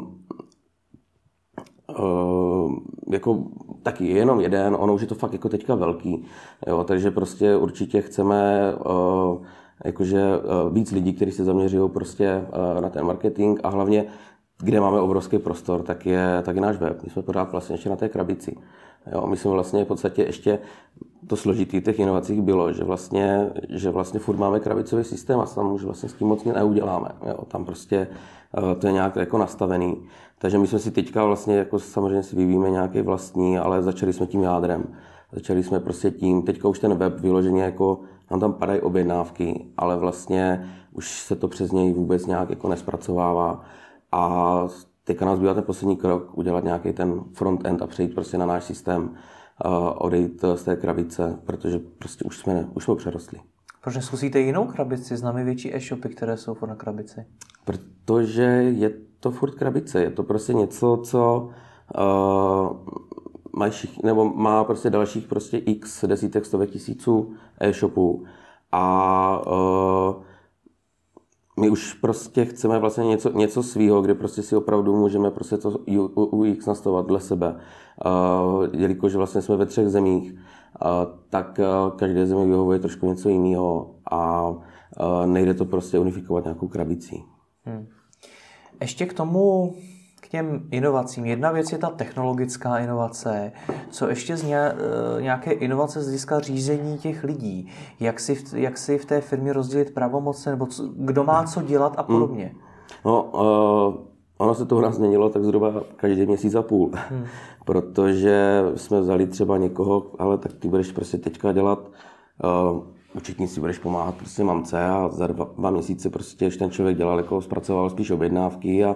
uh, jako taky jenom jeden, ono už je to fakt jako teďka velký, jo, takže prostě určitě chceme uh, jakože uh, víc lidí, kteří se zaměřují prostě uh, na ten marketing a hlavně kde máme obrovský prostor, tak je, tak je náš web. My jsme pořád vlastně ještě na té krabici. Jo, my jsme vlastně v podstatě ještě to složitý těch inovacích bylo, že vlastně, že vlastně furt máme krabicový systém a tam už vlastně s tím moc neuděláme. Jo, tam prostě to je nějak jako nastavený. Takže my jsme si teďka vlastně jako samozřejmě si vyvíjíme nějaký vlastní, ale začali jsme tím jádrem. Začali jsme prostě tím, teďka už ten web vyloženě jako, nám tam padají objednávky, ale vlastně už se to přes něj vůbec nějak jako nespracovává. A teďka nás bývá ten poslední krok, udělat nějaký ten front-end a přejít prostě na náš systém, uh, odejít z té krabice, protože prostě už jsme, už jsme přerostli. Proč neskusíte jinou krabici, známe větší e-shopy, které jsou furt na krabici? Protože je to furt krabice, je to prostě něco, co uh, mají všichni, nebo má prostě dalších prostě x desítek, stovek tisíců e-shopů a uh, my už prostě chceme vlastně něco, něco svýho, kde prostě si opravdu můžeme prostě to U X nastavovat dle sebe. Uh, jelikož vlastně jsme ve třech zemích, uh, tak uh, každé zemi vyhovuje trošku něco jiného a uh, nejde to prostě unifikovat nějakou krabicí. Hmm. Ještě k tomu, k těm inovacím. Jedna věc je ta technologická inovace. Co ještě z nějaké inovace z hlediska řízení těch lidí? Jak si v, jak si v té firmě rozdělit pravomoce, nebo co, kdo má co dělat a podobně? Hmm. No, uh, ono se to u nás změnilo tak zhruba každý měsíc a půl. Hmm. Protože jsme vzali třeba někoho, ale tak ty budeš prostě teďka dělat uh, účetnictví, budeš pomáhat prostě mamce a za dva, dva měsíce prostě ten člověk dělal, jako zpracoval spíš objednávky a,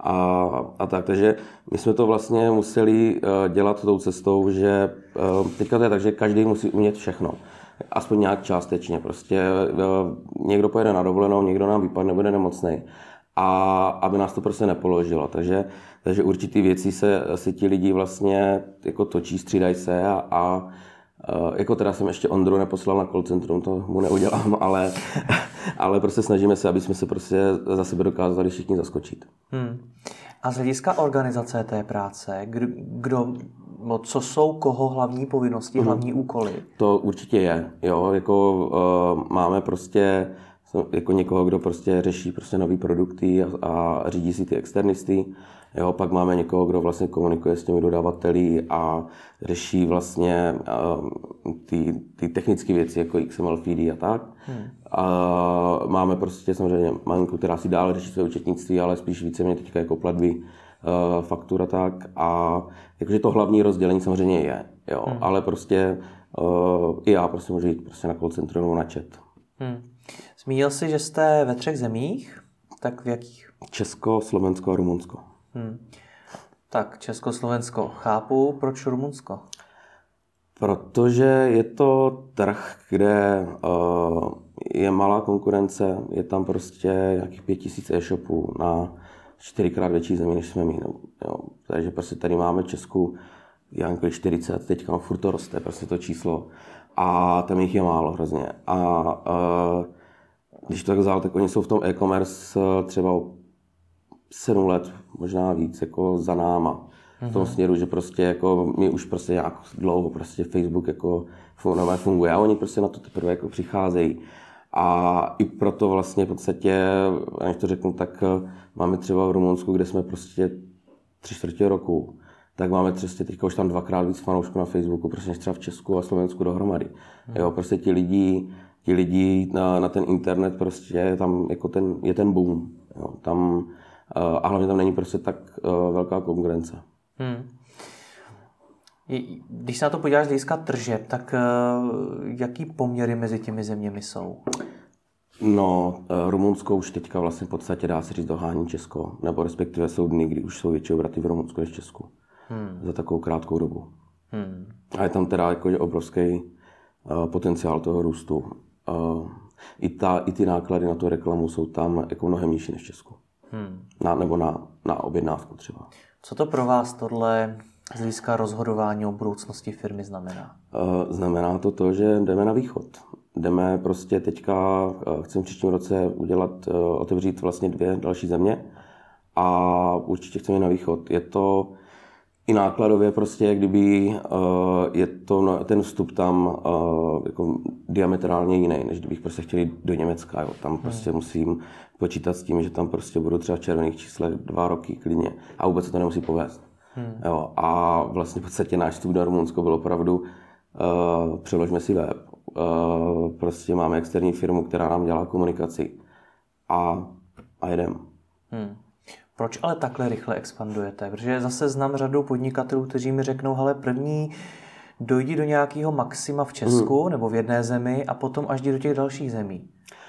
a, a tak. Takže my jsme to vlastně museli dělat tou cestou, že teďka to je tak, že každý musí umět všechno. Aspoň nějak částečně. Prostě někdo pojede na dovolenou, někdo nám vypadne, bude nemocnej. A aby nás to prostě nepoložilo. Takže, takže určitý věci se, se ti lidi vlastně jako točí, střídají se a, a jako teda jsem ještě Ondru neposlal na call centrum, to mu neudělám, ale, ale prostě snažíme se, aby jsme se prostě za sebe dokázali všichni zaskočit. Hmm. A z hlediska organizace té práce, kdo, kdo no, co jsou koho hlavní povinnosti, hmm. hlavní úkoly? To určitě je, jo, jako uh, máme prostě jako někoho, kdo prostě řeší prostě nový produkty a, a řídí si ty externisty. Jo, pak máme někoho, kdo vlastně komunikuje s těmi dodavateli a řeší vlastně uh, ty, ty technické věci, jako X M L, F D a tak. Hmm. A máme prostě samozřejmě maminku, která si dále řeší své účetnictví, ale spíš víceméně teďka jako platby, uh, faktura tak. A jakože to hlavní rozdělení samozřejmě je, jo, hmm. ale prostě uh, i já prostě můžu jít prostě na call centrum nebo na chat. Hmm. Zmínil jsi, že jste ve třech zemích, tak v jakých? Česko, Slovensko a Rumunsko. Hmm. Tak Česko, Slovensko. Chápu, proč Rumunsko? Protože je to trh, kde uh, je malá konkurence, je tam prostě nějakých pět tisíc e-shopů na čtyřikrát větší zemi, než jsme my. Jo. Takže prostě tady máme v Česku nějakých čtyřicet, teďka furt to roste, prostě to číslo. A tam jich je málo hrozně. A uh, když to tak vzal, tak oni jsou v tom e-commerce třeba sedm let, možná víc, jako za náma. V tom směru, že prostě jako my už prostě nějak dlouho prostě Facebook jako funguje a oni prostě na to teprve jako přicházejí. A i proto vlastně v podstatě, když to řeknu, tak máme třeba v Rumunsku, kde jsme prostě tři čtvrtě roku, tak máme prostě teďka už tam dvakrát víc fanoušků na Facebooku, prostě než třeba v Česku a Slovensku dohromady. Hmm. Jo, prostě ti lidi, ti lidi na, na ten internet prostě tam jako ten, je ten boom. Jo, tam, a hlavně tam není prostě tak uh, velká konkurence. Hmm. Když se na to podíváš z hlediska tržeb, tak uh, jaký poměry mezi těmi zeměmi jsou? No, uh, Rumunsko už teďka vlastně v podstatě dá se říct dohání Česko, nebo respektive jsou dny, kdy už jsou větší obraty v Rumunsku než v Česku. Hmm. Za takovou krátkou dobu. Hmm. A je tam teda jako obrovský uh, potenciál toho růstu. Uh, i, ta, I ty náklady na tu reklamu jsou tam jako mnohem nižší než v Česku. Hmm. Na, nebo na, na objednávku třeba. Co to pro vás tohle z hlediska rozhodování o budoucnosti firmy znamená? Uh, znamená to to, že jdeme na východ. Jdeme prostě teďka, uh, chceme v příštím roce udělat, uh, otevřít vlastně dvě další země a určitě chceme na východ. Je to i nákladově prostě, kdyby uh, je to no, ten vstup tam uh, jako diametrálně jiný, než kdybych prostě chtěl jít do Německa. Jo. Tam prostě hmm. musím počítat s tím, že tam prostě budu třeba v červených číslech dva roky klidně a vůbec se to nemusí povést. Hmm. Jo. A vlastně v podstatě náš vstup do Rumunsko byl opravdu uh, přeložme si web. Uh, prostě máme externí firmu, která nám dělá komunikaci a, a jedem. Hmm. Proč ale takhle rychle expandujete? Protože zase znám řadu podnikatelů, kteří mi řeknou, hele, první dojdi do nějakého maxima v Česku hmm. nebo v jedné zemi a potom až jdi do těch dalších zemí.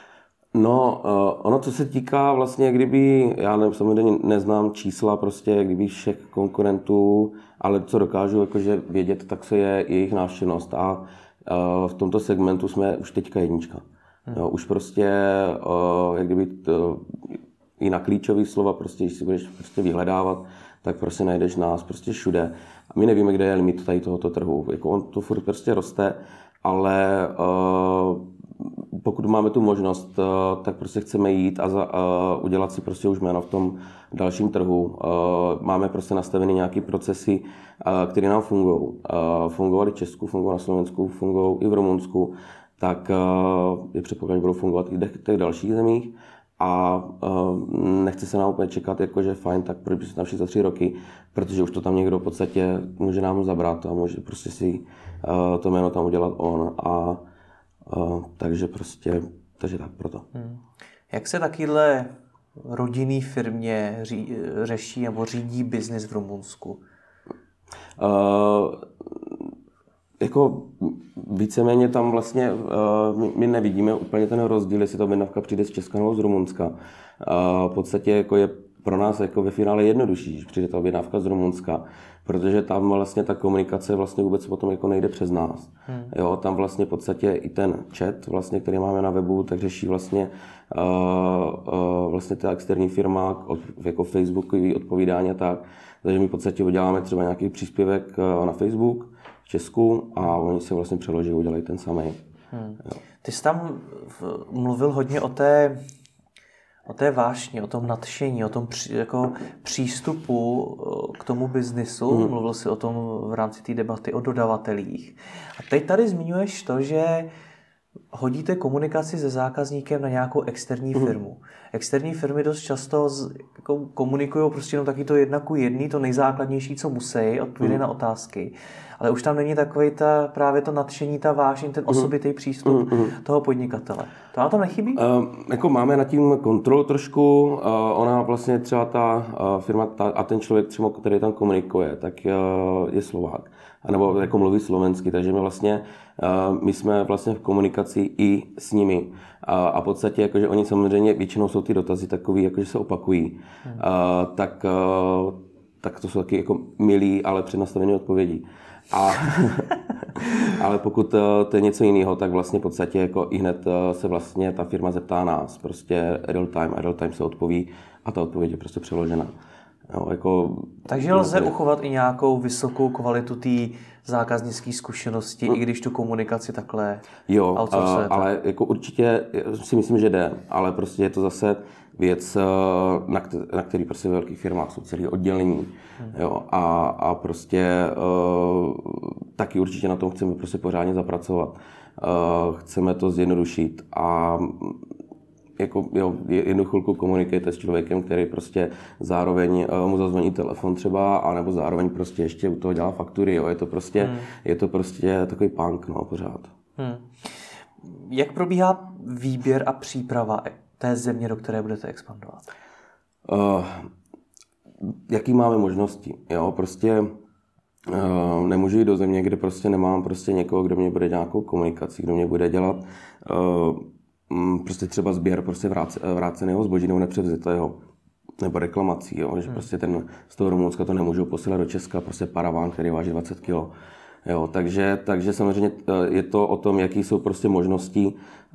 No, uh, ono, co se týká vlastně, kdyby, já ne, samozřejmě neznám čísla prostě, kdyby všech konkurentů, ale co dokážu jakože vědět, tak se je jejich návštěvnost a uh, v tomto segmentu jsme už teďka jednička. Hmm. Jo, už prostě, uh, jak kdyby to, i na klíčové slova, prostě, když si budeš prostě vyhledávat, tak prostě najdeš nás prostě všude. A my nevíme, kde je limit tady tohoto trhu. Jako on to furt prostě roste, ale uh, pokud máme tu možnost, uh, tak prostě chceme jít a za, uh, udělat si prostě už jméno v tom dalším trhu. Uh, máme prostě nastaveny nějaké procesy, uh, které nám fungují. Uh, fungovaly v Česku, fungovaly na Slovensku, fungují i v Rumunsku, tak uh, je předpoklad, že budou fungovat i v těch dalších zemích. A uh, nechce se nám úplně čekat, jakože fajn, tak proč by se tam šli za tři roky, protože už to tam někdo v podstatě může nám zabrat a může prostě si uh, to jméno tam udělat on. A uh, takže prostě, takže tak proto. Hmm. Jak se takovýhle rodinný firmě ří, řeší nebo řídí biznis v Rumunsku? Uh, Jako víceméně tam vlastně uh, my, my nevidíme úplně ten rozdíl, jestli ta objednávka přijde z Česka nebo z Rumunska. Uh, v podstatě jako je pro nás jako ve finále jednodušší, když přijde ta objednávka z Rumunska, protože tam vlastně ta komunikace vlastně vůbec potom jako nejde přes nás. Hmm. Jo, tam vlastně v podstatě i ten chat, vlastně, který máme na webu, tak řeší vlastně, uh, uh, vlastně ta externí firma, od, jako Facebookový odpovídání a tak. Takže my v podstatě uděláme třeba nějaký příspěvek uh, na Facebook v Česku a oni se vlastně přeloží, udělají ten samý. Hmm. Ty jsi tam mluvil hodně o té o té vášni, o tom nadšení, o tom při, jako přístupu k tomu biznisu. Hmm. Mluvil jsi o tom v rámci té debaty o dodavatelích. A teď tady zmiňuješ to, že hodíte komunikaci se zákazníkem na nějakou externí firmu. Hmm. Externí firmy dost často z, jako komunikují prostě jenom taky to jedna ku jedný, to nejzákladnější, co musí, odpovědět hmm. na otázky. Ale už tam není takový ta, právě to nadšení, ta vášeň, ten osobitý přístup mm, mm. toho podnikatele. To vám tam nechybí? Uh, jako máme nad tím kontrolu trošku. Uh, ona vlastně třeba ta uh, firma ta, a ten člověk, třeba, který tam komunikuje, tak uh, je Slovák. A nebo jako mluví slovensky, takže my vlastně uh, my jsme vlastně v komunikaci i s nimi. A, a v podstatě, jakože oni samozřejmě, většinou jsou ty dotazy takový, jakože se opakují. Mm. Uh, tak, uh, tak to jsou taky jako milí, ale přednastavené odpovědi. A, ale pokud to je něco jiného, tak vlastně v podstatě jako i hned se vlastně ta firma zeptá nás. Prostě real time a real time se odpoví a ta odpověď je prostě přeložena. Jo, jako, takže lze no, uchovat i nějakou vysokou kvalitu té zákaznické zkušenosti, no, i když tu komunikaci takhle outsourcujete. Jo, ale jako určitě si myslím, že jde, ale prostě je to zase věc, na, který, na který prostě ve velkých firmách jsou celé oddělení. Hmm. Jo, a, a prostě uh, taky určitě na tom chceme prostě pořádně zapracovat. Uh, chceme to zjednodušit a jako, jo, jednu chvilku komunikujete s člověkem, který prostě zároveň uh, mu zazvoní telefon třeba, anebo zároveň prostě ještě u toho dělá faktury. Jo. Je to prostě, hmm. je to prostě takový punk, no, pořád. Hmm. Jak probíhá výběr a příprava té země, do které budete expandovat? Uh, jaký máme možnosti? Jo, prostě uh, nemůžu jít do země, kde prostě nemám prostě někoho, kdo mě bude dělat nějakou komunikaci, kdo mě bude dělat uh, prostě třeba sběr prostě vráceného zboží nebo nepřevzitého, nebo reklamací, jo, že hmm. prostě ten z toho Rumunska to nemůžou posílat do Česka, prostě paraván, který váží dvacet kilo. Jo, takže, takže samozřejmě je to o tom, jaký jsou prostě možnosti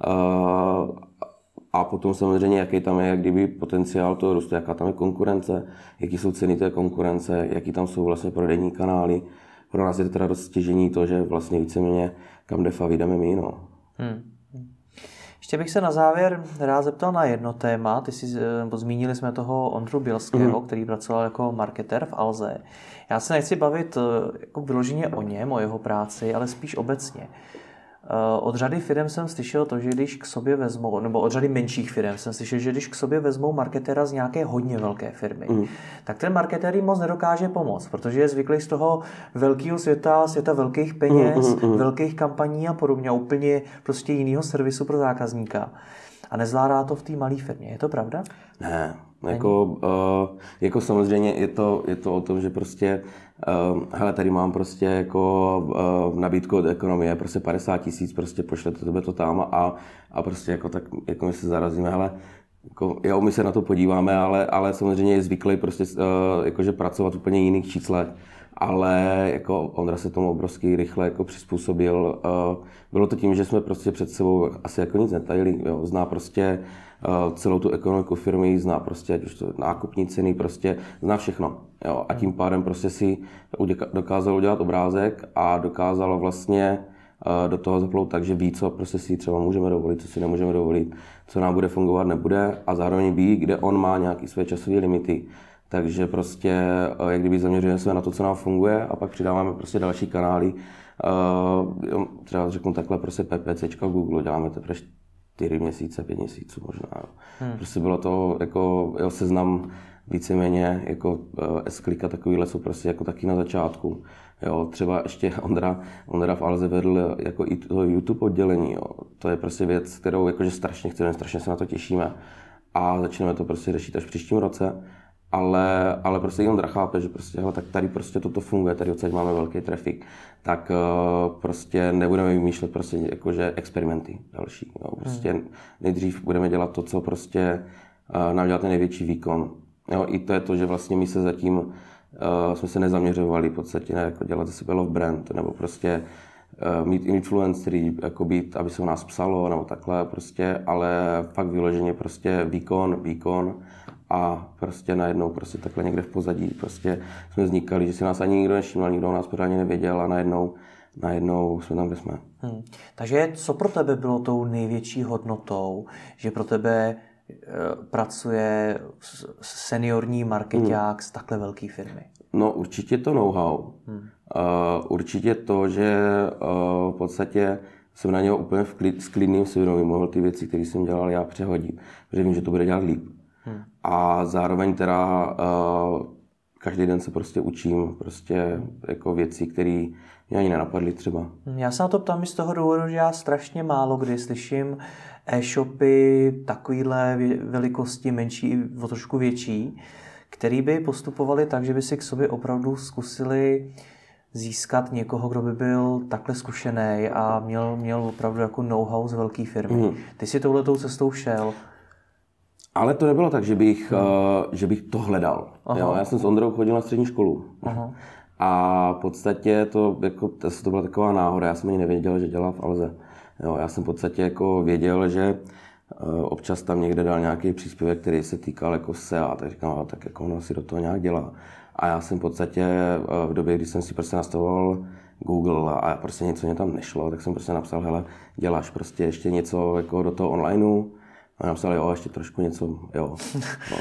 uh, a potom samozřejmě, jaký tam je, jak kdyby potenciál toho růstu, jaká tam je konkurence, jaký jsou ceny té konkurence, jaký tam jsou vlastně prodejní kanály. Pro nás je to teda dost stěžení to, že vlastně víceméně kam defa vydáme my, no. Hmm. Ještě bych se na závěr rád zeptal na jedno téma. Ty jsi, zmínili jsme toho Ondru Bělského, mm. který pracoval jako marketér v Alze. Já se nechci bavit jako vyloženě o něm, o jeho práci, ale spíš obecně. Od řady firm jsem slyšel to, že když k sobě vezmou, nebo od řady menších firm jsem slyšel, že když k sobě vezmou marketéra z nějaké hodně velké firmy, mm. tak ten marketér jim moc nedokáže pomoct, protože je zvyklý z toho velkého světa, světa velkých peněz, mm, mm, mm. velkých kampaní a podobně, úplně prostě jinýho servisu pro zákazníka. A nezvládá to v té malé firmě. Je to pravda? Ne. Jako, uh, jako samozřejmě je to, je to o tom, že prostě uh, hele, tady mám prostě jako uh, nabídku od ekonomie, prostě padesát tisíc, prostě pošlete tebe to tam a, a prostě jako tak, jako my se zarazíme, hele, jako, jo, my se na to podíváme, ale, ale samozřejmě je zvyklý prostě uh, jakože pracovat v úplně jiných číslech. Ale jako Ondra se tomu obrovsky rychle jako přizpůsobil. Bylo to tím, že jsme prostě před sebou asi jako nic netajili. Jo. Zná prostě celou tu ekonomiku firmy, zná prostě ať už to nákupní ceny, prostě zná všechno. Jo. A tím pádem prostě si dokázal udělat obrázek a dokázalo vlastně do toho zaplout tak, že ví, co prostě si třeba můžeme dovolit, co si nemůžeme dovolit, co nám bude fungovat, nebude a zároveň ví, kde on má nějaké své časové limity. Takže prostě, jak kdyby zaměřujeme se na to, co nám funguje a pak přidáváme prostě další kanály. Uh, třeba řeknu takhle, prostě PPCčka v Google děláme teprve čtyři měsíce, pět měsíců možná. Hmm. Prostě bylo to jako jo, seznam víceméně jako uh, S-klika takovýhle jsou prostě jako taky na začátku. Jo, třeba ještě Ondra, Ondra v Alze vedl jako i to YouTube oddělení. Jo. To je prostě věc, kterou jakože strašně chceme, strašně se na to těšíme. A začneme to prostě řešit až v příštím roce. Ale, ale prostě Ondra chápe, že prostě, hele, tak tady prostě toto funguje, tady odsaď máme velký trafik, tak uh, prostě nebudeme vymýšlet prostě jakože experimenty další. Jo. Prostě hmm. nejdřív budeme dělat to, co prostě uh, nám dělá ten největší výkon. Jo, i to je to, že vlastně my se zatím uh, jsme se nezaměřovali v podstatě ne, jako dělat ze sebe love brand, nebo prostě uh, mít influencery, jako být, aby se o nás psalo, nebo takhle prostě, ale fakt vyloženě prostě výkon, výkon a prostě najednou prostě takhle někde v pozadí prostě jsme vznikali, že si nás ani nikdo nevšiml, nikdo o nás pořádně nevěděl a najednou najednou jsme tam, kde jsme. Hmm. Takže co pro tebe bylo tou největší hodnotou, že pro tebe e, pracuje seniorní markeťák hmm. z takhle velké firmy? No určitě to know-how. Hmm. Uh, určitě to, že uh, v podstatě jsem na něho úplně v klid, s klidným svědomím mohl ty věci, které jsem dělal, já přehodit. Protože vím, že to bude dělat líp. Hmm. A zároveň teda uh, každý den se prostě učím prostě jako věci, které mě ani nenapadly třeba. Já se na to ptám i z toho důvodu, že já strašně málo kdy slyším e-shopy takovýhle velikosti, menší, o trošku větší, který by postupovali tak, že by si k sobě opravdu zkusili získat někoho, kdo by byl takhle zkušený a měl, měl opravdu jako know-how z velké firmy. Mm. Ty si touhletou cestou šel. Ale to nebylo tak, že bych, hmm. uh, že bych to hledal. Jo, já jsem s Ondrou chodil na střední školu. Aha. A v podstatě to, jako, to, to byla taková náhoda. Já jsem ani nevěděl, že dělá v Alze. Jo, já jsem v podstatě jako věděl, že uh, občas tam někde dal nějaký příspěvek, který se týkal jako S E A. Tak říkám, tak jako ono si do toho nějak dělá. A já jsem v podstatě uh, v době, kdy jsem si prostě nastavoval Google a prostě něco mě tam nešlo, tak jsem prostě napsal, hele, děláš prostě ještě něco jako do toho onlineu. A napsal, jo, ještě trošku něco, jo. No.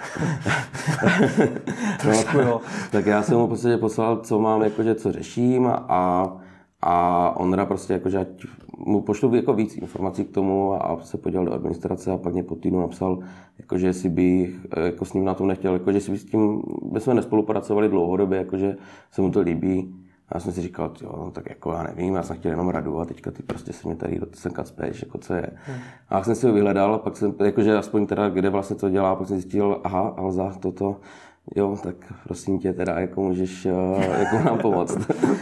Trošku, jo. Tak já jsem mu prostě poslal, co mám, jakože, co řeším a, a Ondra prostě, jakože, ať mu pošlu jako víc informací k tomu a se podíval do administrace a pak mě po týdnu napsal, jakože, jestli bych jako s ním na tom nechtěl, jakože, jestli by s tím, bychom nespolupracovali dlouhodobě, jakože se mu to líbí. A já jsem si říkal, jo, no, tak jako já nevím, já jsem chtěl jenom radu a teďka ty prostě se mě tady do sem spěš, jako co je. Hmm. A jak jsem si ho vyhledal, pak jsem, jakože aspoň teda, kde vlastně to dělá, pak jsem zjistil, aha, Alza, toto, jo, tak prosím tě, teda jako můžeš jako nám pomoct.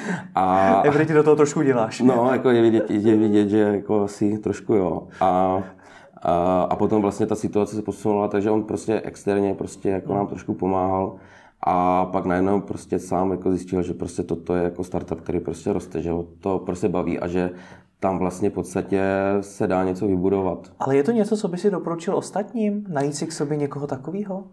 A Every ti do toho trošku děláš. No, jako je vidět, je vidět, že jako asi trošku jo. A, a, a potom vlastně ta situace se posunula, takže on prostě externě prostě jako nám trošku pomáhal. A pak najednou prostě sám jako zjistil, že prostě toto je jako startup, který prostě roste, že ho to prostě baví a že tam vlastně v podstatě se dá něco vybudovat. Ale je to něco, co by si doporučil ostatním? Najít si k sobě někoho takového?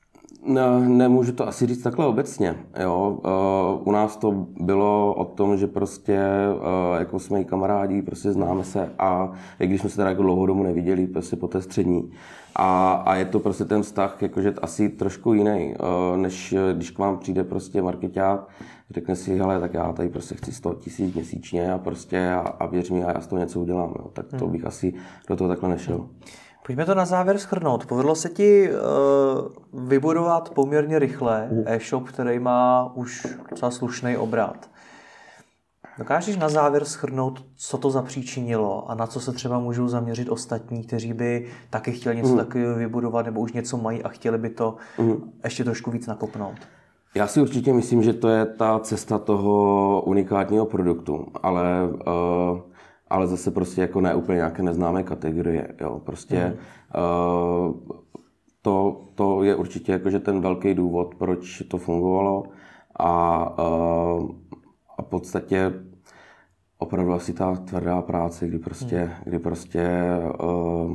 No, nemůžu to asi říct takhle obecně. Jo. Uh, u nás to bylo o tom, že prostě uh, jako jsme i kamarádi, prostě známe se a i když jsme se teda jako dlouhodobu neviděli, prostě po té střední. A, a je to prostě ten vztah jakože asi trošku jiný, uh, než když k vám přijde prostě markeťák, řekne si, hele, tak já tady prostě chci sto tisíc měsíčně a prostě a, a věř mi, a já z toho něco udělám. Jo. Tak to bych asi do toho takhle nešel. Pojďme to na závěr shrnout. Povedlo se ti uh, vybudovat poměrně rychle e-shop, který má už docela slušný obrat. Dokážeš na závěr shrnout, co to zapříčinilo a na co se třeba můžou zaměřit ostatní, kteří by taky chtěli něco mm. takového vybudovat nebo už něco mají a chtěli by to mm. ještě trošku víc nakopnout? Já si určitě myslím, že to je ta cesta toho unikátního produktu, ale uh, ale zase prostě jako ne úplně nějaké neznámé kategorie, jo, prostě mm. uh, to, to je určitě jakože ten velký důvod, proč to fungovalo a, uh, a v podstatě opravdu asi ta tvrdá práce, kdy prostě, mm. kdy prostě uh,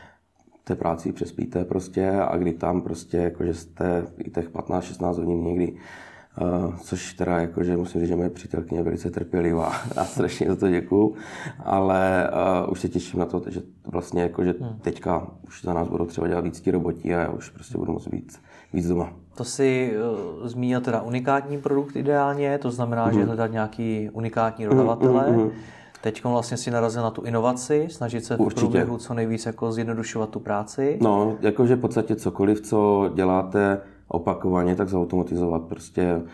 té práci přespíte prostě a kdy tam prostě jakože jste i těch patnáct šestnáct hodin někdy. Uh, což teda jakože musím říct, že moje přítelkyně je velice trpělivá a strašně za to děkuju, ale uh, už se těším na to, že vlastně jakože hmm. teďka už za nás budou třeba dělat víc ti roboti a já už prostě budu moct víc, víc doma. To si uh, zmínil teda unikátní produkt ideálně, to znamená, hmm. že hledat nějaký unikátní dodavatele. Hmm, hmm, hmm. Teď vlastně si narazil na tu inovaci, snažit se v průběhu co nejvíc jako zjednodušovat tu práci. No, jakože v podstatě cokoliv, co děláte opakovaně, tak zautomatizovat prostě.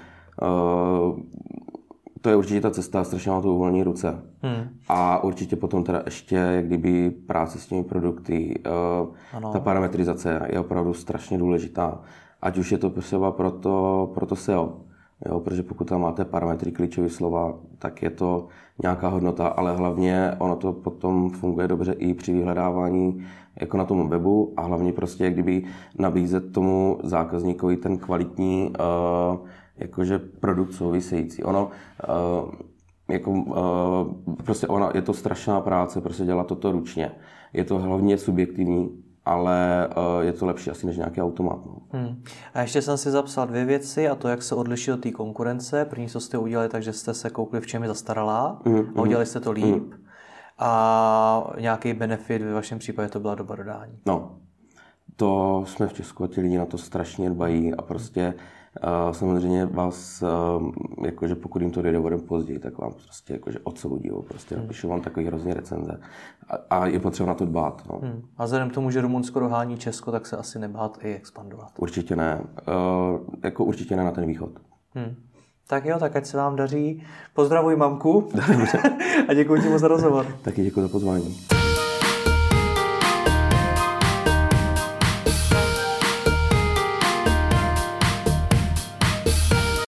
Uh, to je určitě ta cesta, strašně má to uvolní ruce. Hmm. A určitě potom teda ještě, jak kdyby práce s těmi produkty, uh, ta parametrizace je opravdu strašně důležitá. Ať už je to třeba pro to, pro to S E O, Jo, protože pokud tam máte parametry, klíčové slova, tak je to nějaká hodnota, ale hlavně ono to potom funguje dobře i při vyhledávání jako na tom webu a hlavně prostě kdyby nabízet tomu zákazníkovi ten kvalitní uh, jakože produkt související. Ono uh, jako, uh, prostě ona, je to strašná práce, prostě dělat toto ručně. Je to hlavně subjektivní, ale uh, je to lepší asi než nějaký automat. No. Hmm. A ještě jsem si zapsal dvě věci a to, jak se odliší od té konkurence. První, co jste udělali, takže jste se koukli, v čem je zastaralá mm, a udělali jste to líp. Mm. A nějaký benefit ve vašem případě to byla doba dodání. No, to jsme v Česku a ti lidi na to strašně dbají a prostě uh, samozřejmě vás, uh, jakože pokud jim to jde vodem později, tak vám prostě jakože odsvoudí, prostě hmm. napíšu vám takový hrozně recenze a, a je potřeba na to dbát. No. Hmm. A vzhledem k tomu, že Rumunsko dohání Česko, tak se asi nebát i expandovat. Určitě ne, uh, jako určitě ne na ten východ. Hmm. Tak jo, tak ať se vám daří. Pozdravuj mamku a děkuji ti moc za rozhovor. Taky děkuji za pozvání.